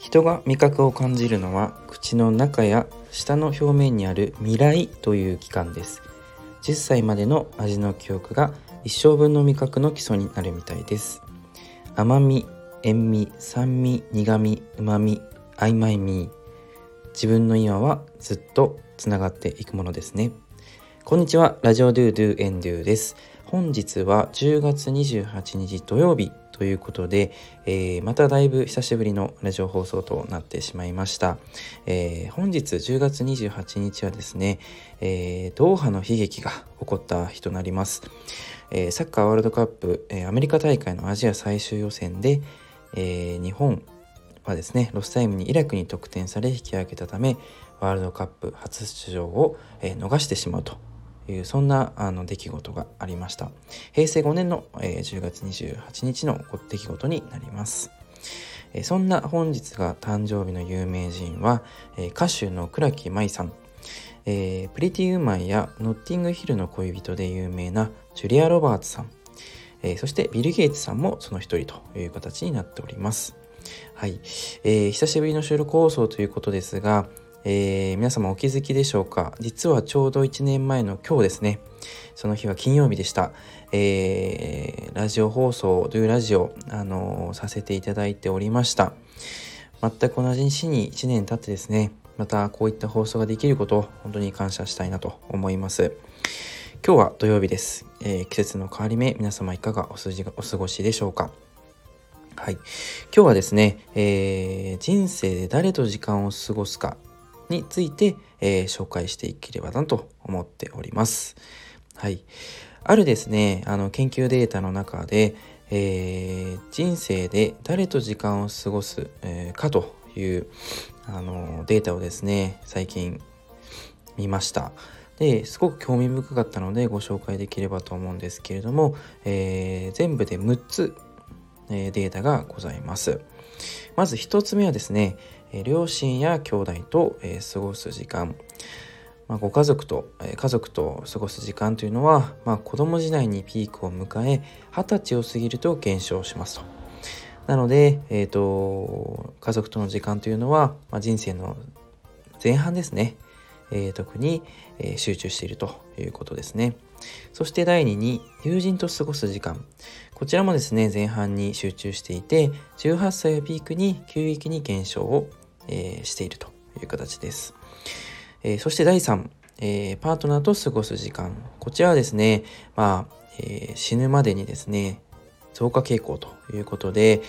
人が味覚を感じるのは口の中や舌の表面にある味蕾という器官です。10歳までの味の記憶が一生分の味覚の基礎になるみたいです。甘み、塩味、酸味、苦味、旨味、曖昧味、自分の今はずっとつながっていくものですね。こんにちは、ラジオドゥドゥエンドゥです。本日は10月28日土曜日ということで、まただいぶ久しぶりのラジオ放送となってしまいました。本日10月28日はですね、ドーハの悲劇が起こった日となります。サッカーワールドカップ、アメリカ大会のアジア最終予選で、日本はですねロスタイムにイラクに得点され引き分けたため、ワールドカップ初出場を、逃してしまうというそんな出来事がありました。平成5年の、10月28日の出来事になります。そんな本日が誕生日の有名人は、歌手の倉木舞さん、プリティウーマンやノッティングヒルの恋人で有名なジュリア・ロバーツさん、そしてビル・ゲイツさんもその一人という形になっております。はい、久しぶりの収録放送ということですが、皆様お気づきでしょうか。実はちょうど1年前の今日ですね、その日は金曜日でした。ラジオ放送というラジオ、させていただいておりました。全く同じ日に1年経ってですね、またこういった放送ができることを本当に感謝したいなと思います。今日は土曜日です。季節の変わり目、皆様いかがお過ごしでしょうか。はい、今日はですね、人生で誰と時間を過ごすかについて、紹介していければなと思っております。はい、あるですね研究データの中で、人生で誰と時間を過ごす、かというデータをですね最近見ました。ですごく興味深かったのでご紹介できればと思うんですけれども、全部で6つデータがございます。まず1つ目はですね、両親や兄弟と過ごす時間、ご家族と家族と過ごす時間というのは、子供時代にピークを迎え20歳を過ぎると減少しますと。なので、家族との時間というのは、人生の前半ですね、特に、集中しているということですね。そして第2に友人と過ごす時間、こちらもですね前半に集中していて18歳をピークに急激に減少を、しているという形です。そして第3、パートナーと過ごす時間、こちらはですね、死ぬまでにですね増加傾向ということで、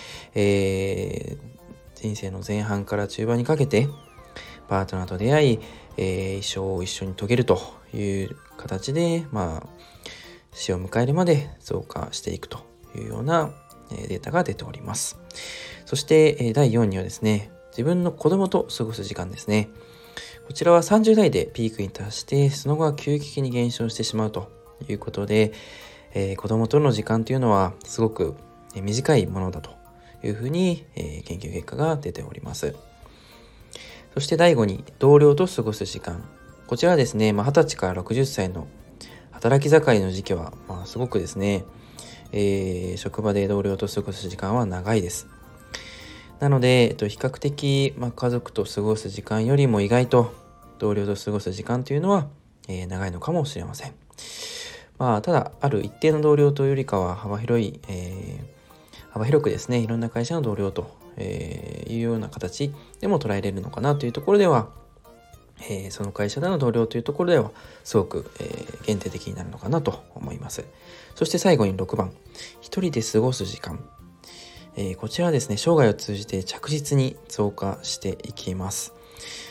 人生の前半から中盤にかけてパートナーと出会い、一生を一緒に遂げるという形で、死を迎えるまで増加していくというようなデータが出ております。そして第4にはですね、自分の子供と過ごす時間ですね。こちらは30代でピークに達してその後は急激に減少してしまうということで、子供との時間というのはすごく短いものだというふうに、研究結果が出ております。そして第5に同僚と過ごす時間、こちらはですね、20歳から60歳の働き盛りの時期は、すごくですね、職場で同僚と過ごす時間は長いです。なので、比較的、家族と過ごす時間よりも意外と同僚と過ごす時間というのは、長いのかもしれません。ただある一定の同僚というよりかは幅広くですねいろんな会社の同僚と、いうような形でも捉えれるのかなというところでは、その会社での同僚というところではすごく、限定的になるのかなと思います。そして最後に6番、一人で過ごす時間、こちらはですね生涯を通じて着実に増加していきます。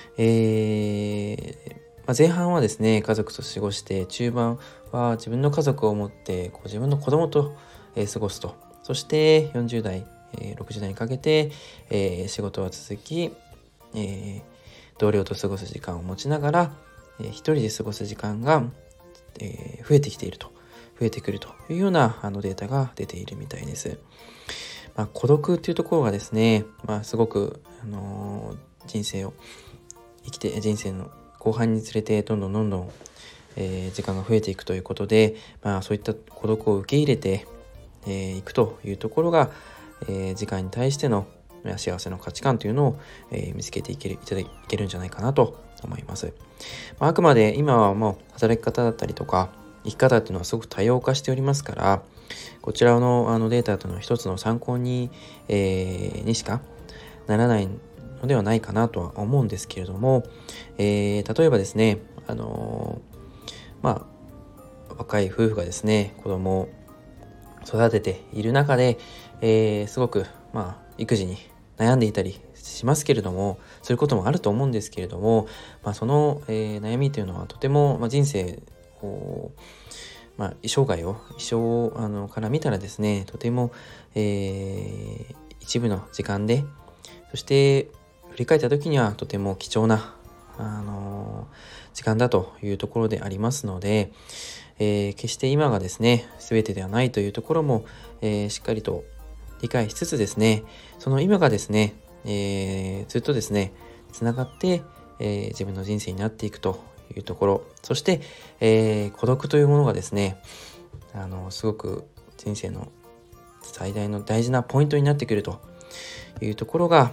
前半はですね家族と過ごして、中盤は自分の家族を持って自分の子供と、過ごすと。そして40代、60代にかけて、仕事は続き、同僚と過ごす時間を持ちながら、一人で過ごす時間が、増えてくるというようなデータが出ているみたいです。孤独というところがですね、すごく、人生の後半につれてどんどん、時間が増えていくということで、そういった孤独を受け入れていくというところが、時間に対しての、 幸せの価値観というのを、見つけていけるんじゃないかなと思います。あくまで今はもう働き方だったりとか生き方っていうのはすごく多様化しておりますから、こちらのデータというのは一つの参考にしかならないのではないかなとは思うんですけれども、例えばですね、若い夫婦がですね、子供を育てている中で、すごく育児に悩んでいたりしますけれども、そういうこともあると思うんですけれども、その、悩みというのはとても、人生を、生涯を一生から見たらですね、とても、一部の時間で、そして振り返った時にはとても貴重な時間だというところでありますので、決して今がですね全てではないというところも、しっかりと理解しつつですね、その今がですね、ずっとですねつながって、自分の人生になっていくというところ、そして、孤独というものがですねすごく人生の最大の大事なポイントになってくるというところが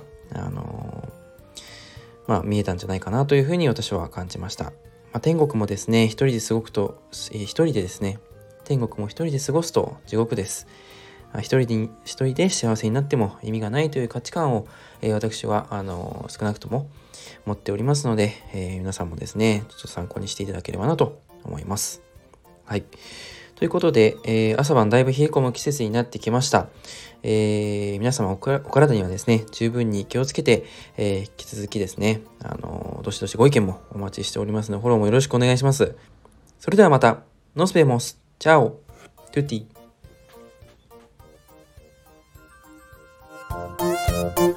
見えたんじゃないかなというふうに私は感じました。天国もですね一人でですね、天国も一人で過ごすと地獄です。一人で幸せになっても意味がないという価値観を、私は少なくとも持っておりますので、皆さんもですねちょっと参考にしていただければなと思います。はい。ということで、朝晩だいぶ冷え込む季節になってきました。皆様お体にはですね十分に気をつけて、引き続きですねどしどしご意見もお待ちしておりますので、フォローもよろしくお願いします。それではまた。ノスベモス。チャオ。トゥティ。